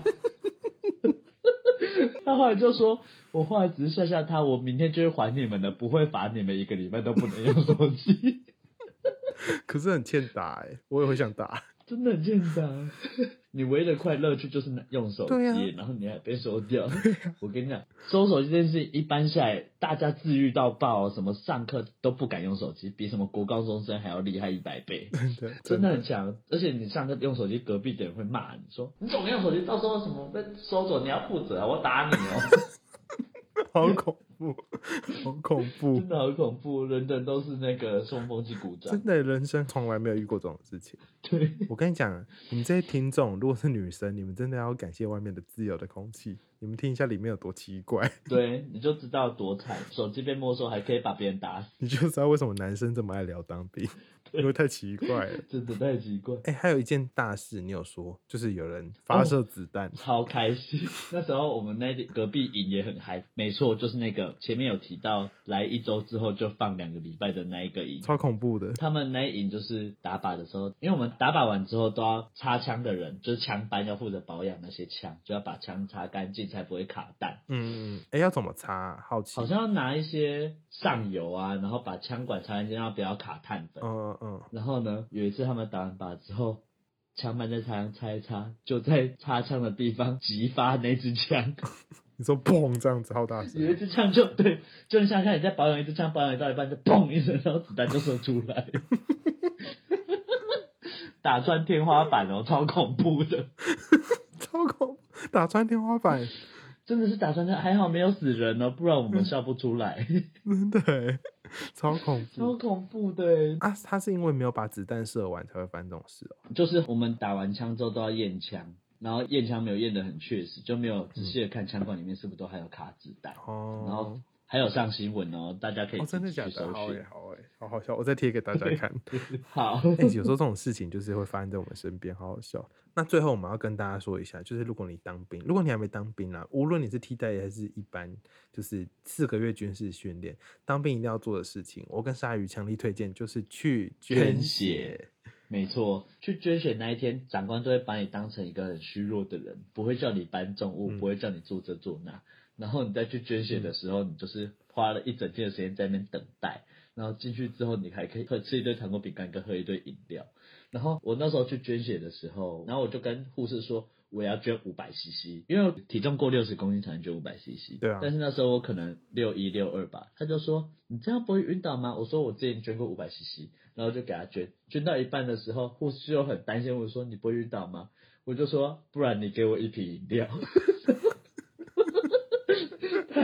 他后来就说：“我后来只是吓吓他，我明天就会还你们的，不会罚你们1个礼拜都不能用手机。” 可是很欠打我也会想打。 真的很欠打。你唯一的快乐趣就是用手机，然后你还被收掉。我跟你讲，收手机这件事一般下来，大家自律到爆，什么上课都不敢用手机，比什么国高中生还要厉害100倍，真的很强。而且你上课用手机，隔壁的人会骂你说：“你总用手机，到时候什么被收走，你要负责啊，我打你哦。” 好恐怖，好恐怖， 真的好恐怖，人人都是那个送风机鼓掌。 真的，人生从来没有遇过这种事情。 对， 我跟你讲，你们这些听众如果是女生，你们真的要感谢外面的自由的空气。你们听一下里面有多奇怪， 对，你就知道多惨，手机被没收还可以把别人打死， 你就知道为什么男生这么爱聊当兵，因为太奇怪了。 真的太奇怪。 还有一件大事，你有说，就是有人发射子弹， 超开心。那时候我们那隔壁营也很嗨，没错，就是那个前面有提到来1周之后就放2个礼拜的那一个营， 超恐怖的。 他们那一营就是打靶的时候，因为我们打靶完之后都要擦枪的人，就是枪班要负责保养那些枪，就要把枪擦干净才不会卡弹。 要怎么擦？好奇。 好像要拿一些上油啊，然后把枪管擦干净，让不要卡碳粉。然后呢，有一次他们打完靶之后，枪班在擦一擦，就在擦枪的地方击发那支枪。 你说砰这样子好大声？ 有一支枪就你想想看，你在保养一支枪，保养到一半就砰一声，然后子弹就射出来，打穿天花板哦，超恐怖的， 超恐怖，打穿天花板。 真的是打穿还好没有死人哦，不然我们笑不出来。 真的超恐怖， 超恐怖的他是因为没有把子弹射完才会发生这种事哦。 就是我们打完枪之后都要验枪，然后验枪没有验得很确实，就没有仔细的看枪管里面是不是都还有卡子弹。然后还有上新闻哦，大家可以真的假的？ 好好好笑，我再贴给大家看。 好， 有时候这种事情就是会发生在我们身边，好好笑。那最后我们要跟大家说一下，就是如果你当兵，如果你还没当兵啊，无论你是替代役还是一般，就是4个月军事训练，当兵一定要做的事情，我跟鲨鱼强力推荐，就是去捐血。 没错，去捐血那一天，长官都会把你当成一个很虚弱的人，不会叫你搬重物，不会叫你做这做那。然后你再去捐血的时候，你就是花了一整天的时间在那边等待，然后进去之后，你还可以吃一堆糖果饼干跟喝一堆饮料。然后我那时候去捐血的时候，然后我就跟护士说我要捐500cc，因为我体重过60公斤才能捐500cc。 对啊。 但是那时候我可能61、62吧，他就说你这样不会晕倒吗？我说我之前捐过500cc，然后就给他捐到一半的时候，护士就很担心我说你不会晕倒吗？我就说不然你给我1瓶饮料。太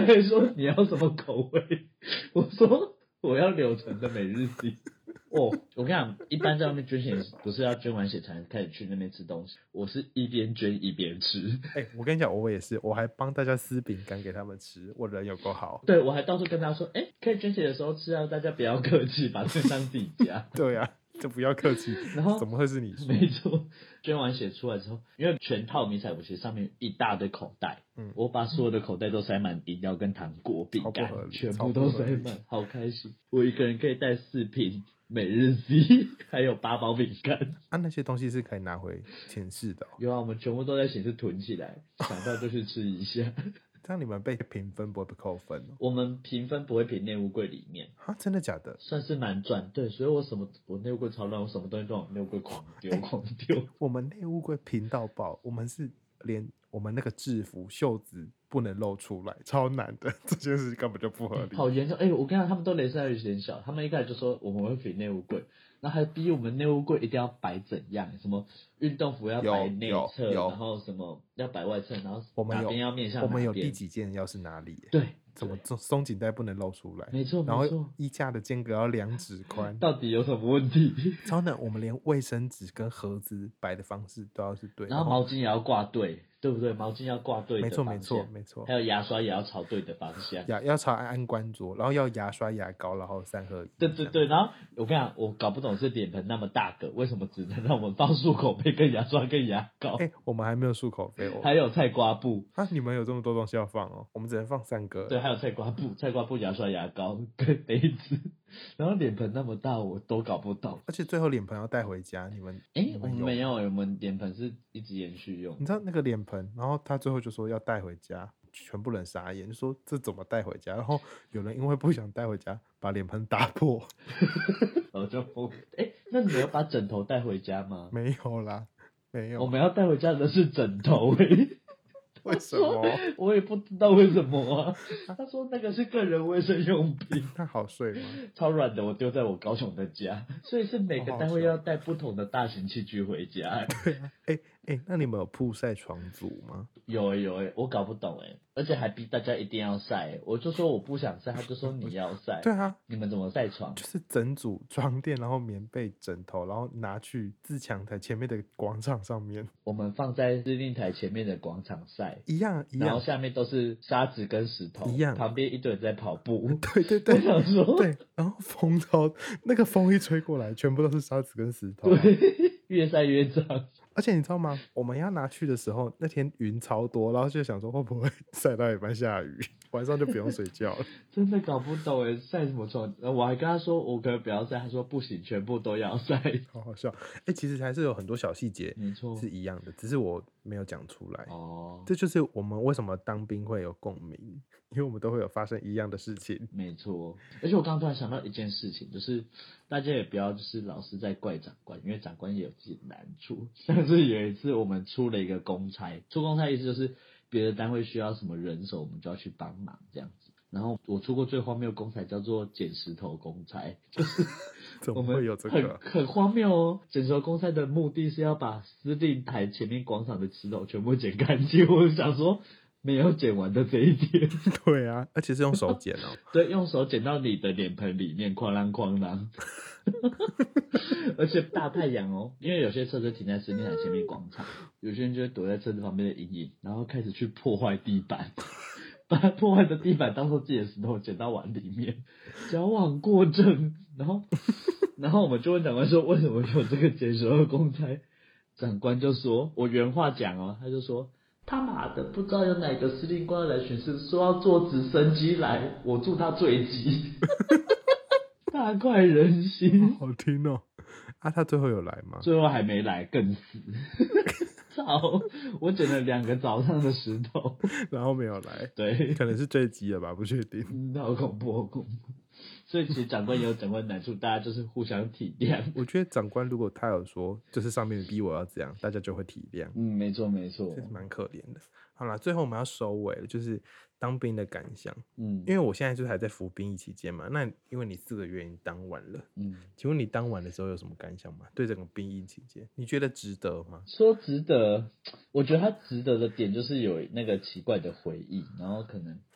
还说你要什么口味，我说我要柳橙的每日 C。哦，我跟你讲，一般在外面捐血不是要捐完血才能开始去那边吃东西，我是一边捐一边吃。 我跟你讲，我也是，我还帮大家撕饼干给他们吃，我人有够好。 对，我还到处跟他说，可以捐血的时候吃啊，大家不要客气，把这当自己家。 对啊，就不要客气。 然后怎么会是你说？ 没错，捐完血出来之后，因为全套迷彩补鞋上面一大堆口袋，我把所有的口袋都塞满饮料跟糖果、饼干，全部都塞满，好开心。我一个人可以带4瓶每日 C， 还有8包饼干。 那些东西是可以拿回寝室的。 有啊，我们全部都在寝室囤起来，想到就去吃一下。 这样你们被评分不会被扣分哦？ 我们评分不会评内务柜里面。 真的假的？ 算是蛮赚，对，所以我内务柜超乱，我什么东西都往内务柜狂丢。 我们内务柜评到爆，我们是连我们那个制服袖子不能露出来，超难的，这件事根本就不合理。 好严重！我跟你讲，他们都雷声大雨点小，他们一开始就说我们会评内务柜，然后还逼我们内务柜一定要摆怎样，什么运动服要摆内侧，然后什么要摆外侧，然后哪边要面向哪边。 我们有第几件要是哪里？ 对， 怎么松紧带不能露出来？ 没错， 然后衣架的间隔要2指宽， 到底有什么问题？ 超难！我们连卫生纸跟盒子摆的方式都要是对， 然后毛巾也要挂对，对不对？毛巾要挂对的方向， 没错。 还有牙刷也要朝对的方向， 要朝安官桌，然后要牙刷、牙膏，然后3合一。 对，然后我跟你讲，我搞不懂是脸盆那么大个，为什么只能让我们放漱口杯、跟牙刷、跟牙膏？ 我们还没有漱口杯哦， 还有菜瓜布你们有这么多东西要放哦？我们只能放3个。 对，还有菜瓜布、牙刷、牙膏跟杯子，然后脸盆那么大，我都搞不懂。 而且最后脸盆要带回家，你们我们没有，我们脸盆是一直延续用。 你知道那个脸盆，然后他最后就说要带回家，全部人傻眼，就说这怎么带回家？然后有人因为不想带回家，把脸盆打破。 我就那你们要把枕头带回家吗？ 没有啦，没有。 我们要带回家的是枕头为什么？ 我也不知道为什么啊。他说那个是个人卫生用品。 那好睡吗？ 超软的，我丢在我高雄的家，所以是每个单位要带不同的大型器具回家。 对啊，那你们有曝晒床组吗？ 有我搞不懂而且还逼大家一定要晒我就说我不想晒，他就说你要晒。 对啊， 你们怎么晒床？ 就是整组床垫，然后棉被、枕头，然后拿去自强台前面的广场上面。 我们放在司令台前面的广场晒， 一样， 然后下面都是沙子跟石头， 一样， 旁边一堆人在跑步。 对， 我想说， 对，然后那个风一吹过来，全部都是沙子跟石头。 对，越晒越脏。 而且你知道吗？我们要拿去的时候，那天云超多，然后就想说会不会晒到一半下雨，晚上就不用睡觉了。 真的搞不懂晒什么床？我还跟他说我可以不要晒，他说不行，全部都要晒。 好好笑。其实还是有很多小细节， 没错， 是一样的，只是我没有讲出来。 哦， 这就是我们为什么当兵会有共鸣，因为我们都会有发生一样的事情。 没错，而且我刚刚突然想到一件事情，就是大家也不要就是老是在怪长官，因为长官也有自己的难处。像是有一次我们出了一个公差，出公差意思就是别的单位需要什么人手，我们就要去帮忙这样子。然后我出过最荒谬的公差叫做捡石头公差，就是怎么会有这个？ 很荒谬哦！捡石头公差的目的是要把司令台前面广场的石头全部捡干净。我就想说，没有捡完的这一天。 对啊，而且是用手捡哦。 对，用手捡到你的脸盆里面，哐啷哐啷。而且大太阳哦，因为有些车子停在司令台前面广场，有些人就会躲在车子旁边的阴影，然后开始去破坏地板。把破坏的地板当做自己的石头捡到碗里面，矫枉过正。然后我们就问长官说，为什么有这个捡石头公差？长官就说，我原话讲哦，他就说，他妈的不知道有哪个司令官要来巡视，说要坐直升机来，我祝他坠机。大快人心， 好听哦。他最后有来吗？ 最后还没来，更死。操！我捡了2个早上的石头， 然后没有来。 对， 可能是坠机了吧，不确定。 好恐怖，好恐怖。所以其实长官也有长官难处，大家就是互相体谅。 我觉得长官如果他有说，就是上面逼我要这样，大家就会体谅。 没错没错， 这是蛮可怜的。好啦，最后我们要收尾了，就是当兵的感想。因为我现在就是还在服兵役期间嘛，那因为你4个月已经当完了，请问你当完的时候有什么感想吗？对整个兵役期间，你觉得值得吗？ 说值得，我觉得它值得的点就是有那个奇怪的回忆，然后可能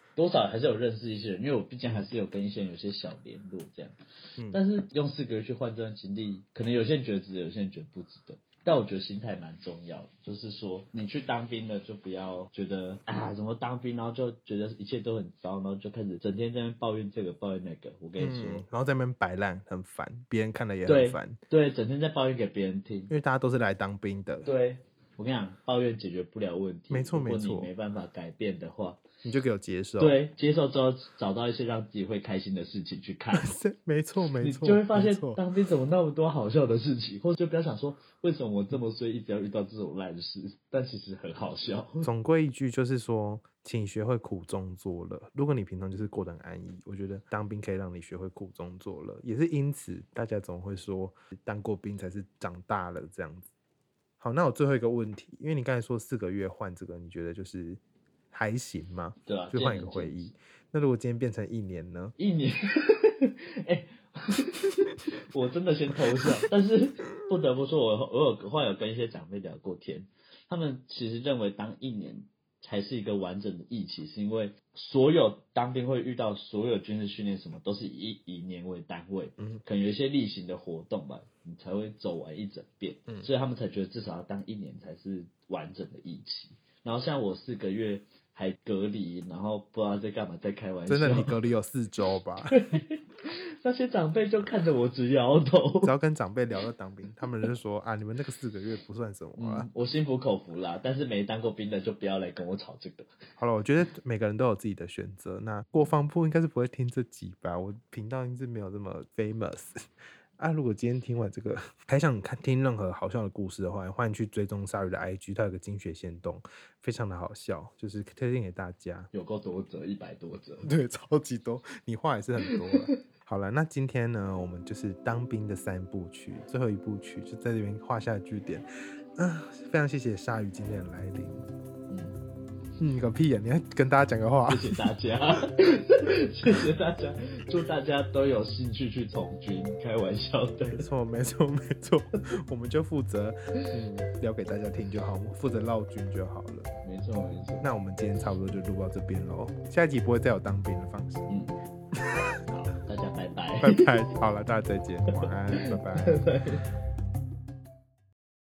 多少还是有认识一些人，因为我毕竟还是有跟一些人有些小联络这样。但是用4个月去换这段经历，可能有些人觉得值得，有些人觉得不值得。但我觉得心态蛮重要的，就是说你去当兵了，就不要觉得怎么当兵，然后就觉得一切都很糟，然后就开始整天在那边抱怨这个抱怨那个。我跟你说， 然后在那边摆烂，很烦，别人看了也很烦。 对，整天在抱怨给别人听， 因为大家都是来当兵的。 对，我跟你讲，抱怨解决不了问题。 没错没错。 如果你没办法改变的话， 你就给我接受。 对，接受之后找到一些让自己会开心的事情去看。 没错没错。 你就会发现当兵怎么那么多好笑的事情，或者就不要想说为什么我这么衰，一直要遇到这种烂事，但其实很好笑。 总归一句就是说，请学会苦中作乐。如果你平常就是过得很安逸，我觉得当兵可以让你学会苦中作乐。也是因此，大家总会说当过兵才是长大了这样子。好，那我最后一个问题，因为你刚才说4个月换这个，你觉得就是还行吗？ 对啊， 就换一个回忆。那如果今天变成1年呢 ？1年，我真的先偷笑，但是不得不说，我后来有跟一些长辈聊过天，他们其实认为当1年才是一个完整的役期，是因为所有当兵会遇到所有军事训练什么都是以年为单位，可能有一些例行的活动吧，你才会走完一整遍，所以他们才觉得至少要当1年才是完整的役期。然后像我4个月还隔离，然后不知道在干嘛，在开玩笑。 真的，你隔离有4周吧？ 那些长辈就看着我直摇头。 只要跟长辈聊到当兵，他们就说你们那个4个月不算什么啦。 我心服口服啦，但是没当过兵的就不要来跟我吵这个。 好了，我觉得每个人都有自己的选择。那国防部应该是不会听这集吧？我频道应该是没有这么 famous。如果今天听完这个还想听任何好笑的故事的话，欢迎去追踪鲨鱼的 IG， 它有个精选限动，非常的好笑，就是推荐给大家。 有够多折，100多折， 对，超级多，你话也是很多了。好了，那今天呢，我们就是当兵的3部曲，最后1部曲就在这边画下句点。非常谢谢鲨鱼今天的来临。个屁呀！你要跟大家讲个话。 谢谢大家，谢谢大家，祝大家都有兴趣去从军，开玩笑的。 没错没错没错，我们就负责聊给大家听就好，负责绕军就好了。 没错没错。 那我们今天差不多就录到这边咯，下一集不会再有当兵的，放心。 好，大家拜拜。 拜拜。好了，大家再见，晚安，拜拜。 拜拜。